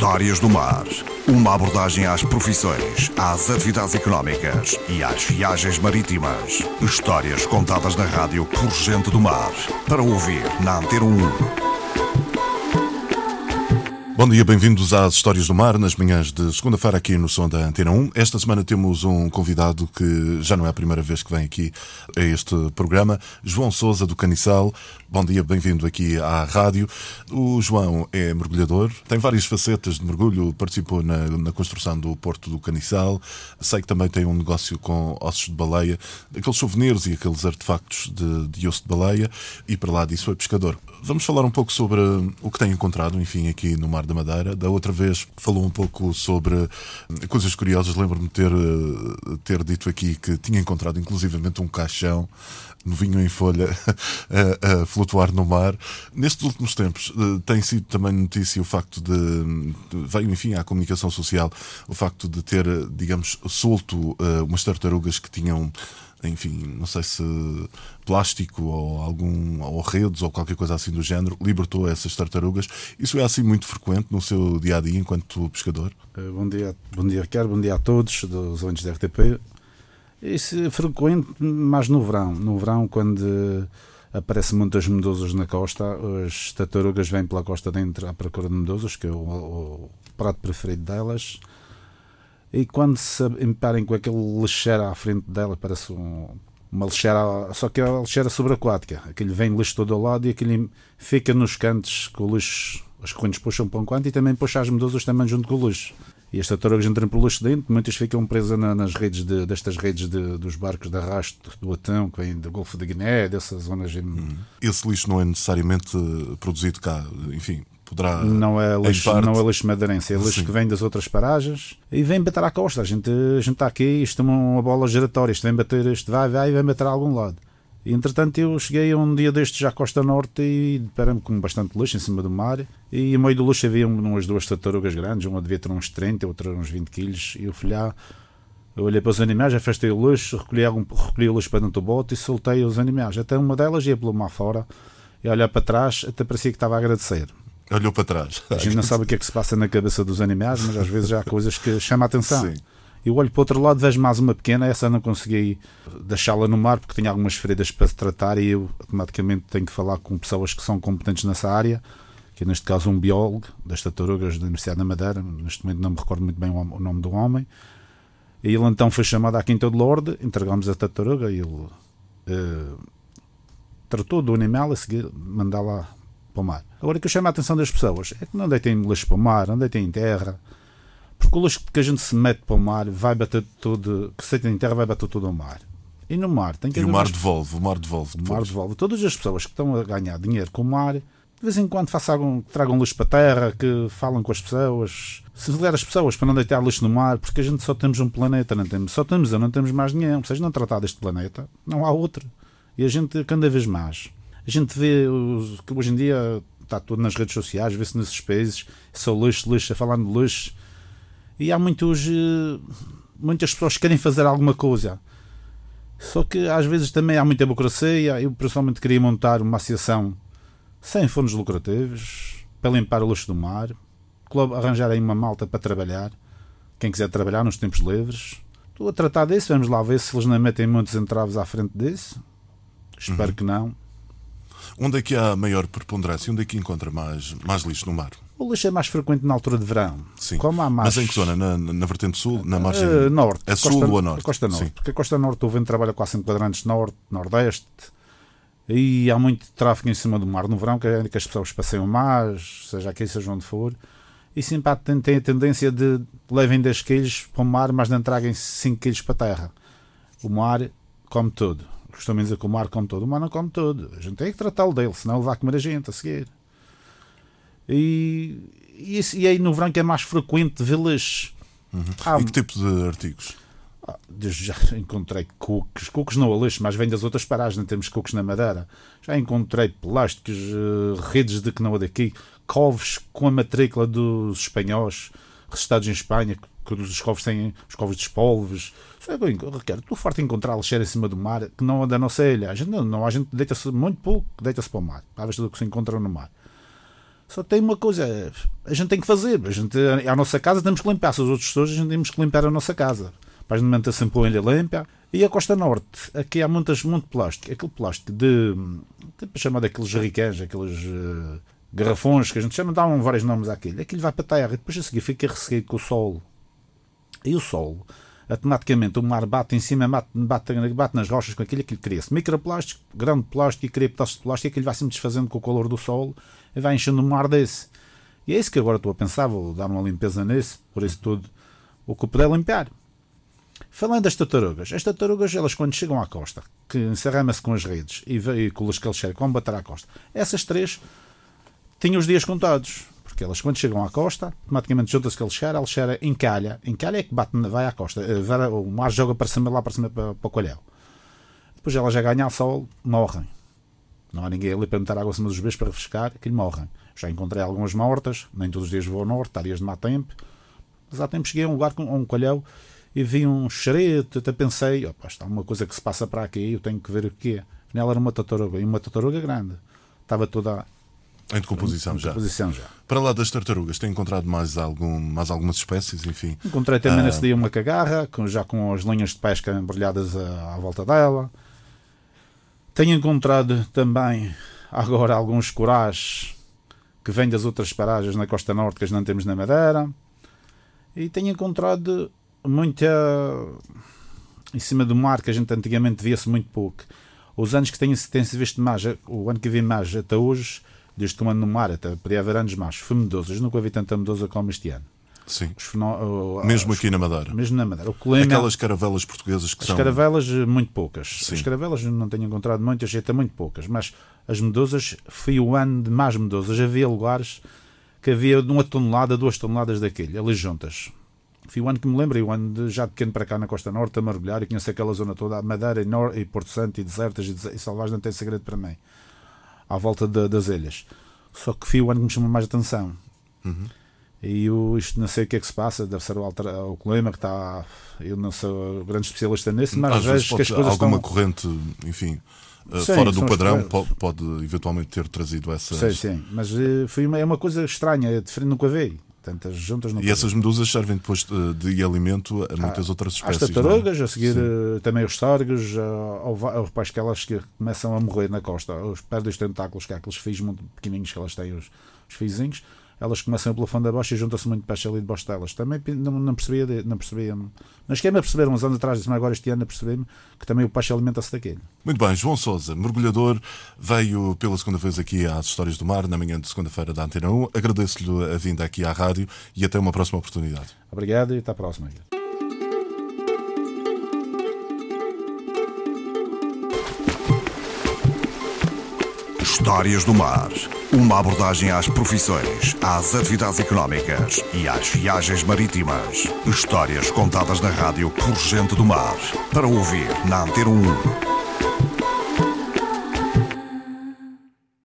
Histórias do Mar. Uma abordagem às profissões, às atividades económicas e às viagens marítimas. Histórias contadas na rádio por gente do mar. Para ouvir na Antena 1. Bom dia, bem-vindos às Histórias do Mar, nas manhãs de segunda-feira aqui no som da Antena 1. Esta semana temos um convidado que já não é a primeira vez que vem aqui a este programa, João Sousa do Caniçal. Bom dia, bem-vindo aqui à rádio. O João é mergulhador, tem várias facetas de mergulho, participou na construção do Porto do Caniçal. Sei que também tem um negócio com ossos de baleia, aqueles souvenirs e aqueles artefactos de osso de baleia, e para lá disso é pescador. Vamos falar um pouco sobre o que tem encontrado, enfim, aqui no Mar da Madeira. Da outra vez falou um pouco sobre coisas curiosas. Lembro-me de ter dito aqui que tinha encontrado inclusivamente um caixão novinho em folha a flutuar no mar. Nestes últimos tempos tem sido também notícia o facto veio, enfim, à comunicação social, o facto de ter, digamos, solto umas tartarugas que tinham, enfim, não sei se plástico ou redes ou qualquer coisa assim do género, libertou essas tartarugas. Isso é assim muito frequente no seu dia-a-dia enquanto pescador? Bom dia Ricardo, bom dia a todos dos ouvintes da RTP. Isso é frequente, mas no verão. No verão, quando aparecem muitas medusas na costa, as tartarugas vêm pela costa dentro à procura de medusas, que é o prato preferido delas. E quando se emparem com aquele lixeira à frente dela, parece uma lixeira, só que é a lixeira subaquática. Aquele vem lixo todo ao lado e aquele fica nos cantos com o lixo. As correntes puxam para um canto e também puxam as medusas também junto com o lixo. E as tartarugas entram pelo lixo dentro, muitas ficam presas nas redes destas redes dos barcos de arrasto do Atão, que vem do Golfo de Guiné, dessas zonas. Esse lixo não é necessariamente produzido cá, enfim. Não é lixo madeirense, é lixo que vem das outras paragens e vem bater à costa. A gente está aqui, isto é uma bola giratória, isto vem bater, isto vai e vem bater a algum lado. E entretanto eu cheguei um dia destes à costa norte e deparei-me com bastante lixo em cima do mar, e no meio do lixo havia umas duas tartarugas grandes, uma devia ter uns 30, outra uns 20 quilos, e eu fui lá, eu olhei para os animais, afastei o lixo, recolhi o lixo para dentro do bote e soltei os animais. Até uma delas ia pelo mar fora e olhar para trás, até parecia que estava a agradecer. Olhou para trás. A gente não sabe o que é que se passa na cabeça dos animais, mas às vezes há coisas que chamam a atenção. Sim. Eu olho para o outro lado, vejo mais uma pequena, essa não consegui deixá-la no mar porque tinha algumas feridas para se tratar e eu automaticamente tenho que falar com pessoas que são competentes nessa área, que é neste caso um biólogo das tartarugas da Universidade da Madeira, neste momento não me recordo muito bem o nome do homem, e ele então foi chamado à Quinta do Lorde, entregámos a tartaruga e ele tratou do animal, a seguir mandá-la para o mar. Agora, o que eu chamo a atenção das pessoas é que não deitem lixo para o mar, não deitem em terra, porque o lixo que a gente se mete para o mar vai bater tudo, que se deita em terra vai bater tudo ao mar. E no mar tem que haver. E o mar devolve. O mar devolve. Todas as pessoas que estão a ganhar dinheiro com o mar, de vez em quando tragam lixo para a terra, que falam com as pessoas, se ligar as pessoas para não deitar lixo no mar, porque a gente só temos um planeta, não temos mais ninguém. Se a gente não tratar deste planeta, não há outro. E a gente, cada vez mais, a gente vê que hoje em dia está tudo nas redes sociais, vê-se nesses países, só lixo, a falar de lixo. E há muitas pessoas que querem fazer alguma coisa. Só que às vezes também há muita burocracia. Eu pessoalmente queria montar uma associação sem fundos lucrativos para limpar o lixo do mar, arranjar aí uma malta para trabalhar, quem quiser trabalhar nos tempos livres. Estou a tratar disso, vamos lá ver se eles não metem muitos entraves à frente disso. Espero que não. Onde é que há maior preponderância? Onde é que encontra mais lixo no mar? O lixo é mais frequente na altura de verão. Sim. Como há mais... Mas em que zona? Na vertente sul? Na margem norte? É sul ou a norte? A costa norte. Sim. Porque a costa norte o vento trabalha quase em quadrantes norte, nordeste, e há muito tráfego em cima do mar no verão, que as pessoas passeiam mais, seja aqui, seja onde for, e sempre tem a tendência de levem 10 quilos para o mar, mas não traguem 5 quilos para a terra. O mar come tudo. Costumo dizer que o mar come tudo. O mar não come tudo. A gente tem que tratá-lo dele, senão ele vai comer a gente a seguir. E aí no verão que é mais frequente ver lixo. E que tipo de artigos? Já encontrei cucos não a lixo, mas vem das outras paragens, não temos cucos na Madeira. Já encontrei plásticos, redes de que não é daqui, covos com a matrícula dos espanhóis registrados em Espanha, que os covos têm os covos dos polvos. Ricardo, estou farto de encontrar lixeira em cima do mar que não anda na selha. A gente deita-se muito pouco, deita-se para o mar, para ver tudo o que se encontra no mar. Só tem uma coisa, a gente tem que fazer. A nossa casa temos que limpar. Se os outros pessoas, a gente temos que limpar a nossa casa. Para a gente manter sempre a ilha limpa. E a Costa Norte, aqui há muito plástico. Aquele plástico tipo chamado aqueles jerrycans, aqueles garrafões que a gente chama, dão vários nomes àquilo. Aquilo vai para a terra e depois a seguir fica ressequido com o sol. E o sol, automaticamente o mar bate em cima, bate nas rochas com aquilo cria-se microplástico, grão de plástico e cria pedaços de plástico, e aquilo vai se desfazendo com o calor do sol e vai enchendo o mar desse. E é isso que agora estou a pensar, vou dar uma limpeza nesse, por isso tudo o que puder limpar. Falando das tartarugas, as tartarugas, elas quando chegam à costa, que encerram-se com as redes e com os calcheiros que vão bater à costa, essas três têm os dias contados, porque elas quando chegam à costa, automaticamente juntam-se com a Alexeira encalha é que vai à costa, o mar joga para cima para o colhão. Depois elas já ganham sol, morrem. Não há ninguém ali para meter água acima dos beijos para refrescar, aquilo morrem. Já encontrei algumas mortas, nem todos os dias vou ao norte, há dias de má tempo, mas há tempo cheguei a um lugar com um colhão e vi um xerete, até pensei, está uma coisa que se passa para aqui, eu tenho que ver o que é. Afinal era uma tartaruga, e uma tartaruga grande. Estava toda em decomposição já. Já. Para lá das tartarugas, tem encontrado mais algumas espécies, enfim? Encontrei também nesse dia uma cagarra, já com as linhas de pesca embrulhadas à volta dela. Tenho encontrado também agora alguns corás que vêm das outras paragens na Costa Norte que não temos na Madeira. E tenho encontrado muita em cima do mar, que a gente antigamente via-se muito pouco. Os anos que tem-se visto mais, o ano que vi mais até hoje, desde que eu ando no mar, até podia haver anos mais, foi medusas. Nunca vi tanta medusa como este ano. Sim. Mesmo aqui na Madeira. Mesmo na Madeira. Aquelas caravelas portuguesas que são... As caravelas, muito poucas. Sim. As caravelas não tenho encontrado muitas, até muito poucas. Mas as medusas, foi o ano de mais medusas. Havia lugares que havia 1 tonelada, 2 toneladas daquele, ali juntas. Foi o ano que me lembro, o ano de já pequeno para cá na Costa Norte, a mergulhar, e conheci aquela zona toda, a Madeira e Porto Santo e desertas e Salvagem, não tem segredo para mim. À volta das ilhas. Só que foi o ano que me chamou mais atenção. Uhum. E isto não sei o que é que se passa, deve ser o clima que está. Eu não sou grande especialista nisso, mas vejo que as coisas alguma estão... corrente, enfim, sim, fora do padrão pode eventualmente ter trazido essas... Sim, mas é uma coisa estranha, é diferente, nunca vi. Tantas juntas e essas medusas servem depois de alimento a muitas outras espécies. As tartarugas, a seguir também os sórgos, depois que elas que começam a morrer na costa, perdem os tentáculos, que há aqueles fios muito pequenininhos que elas têm, os fiozinhos, elas começam pelo fundo da bosta e juntam-se muito peixe ali debaixo delas. Também não percebia. Mas quem me a perceber uns anos atrás, mas agora este ano percebi-me que também o peixe alimenta-se daquele. Muito bem, João Sousa, mergulhador, veio pela segunda vez aqui às Histórias do Mar, na manhã de segunda-feira da Antena 1. Agradeço-lhe a vinda aqui à rádio e até uma próxima oportunidade. Obrigado e até à próxima. Histórias do Mar. Uma abordagem às profissões, às atividades económicas e às viagens marítimas. Histórias contadas na rádio por gente do mar. Para ouvir na Antena 1.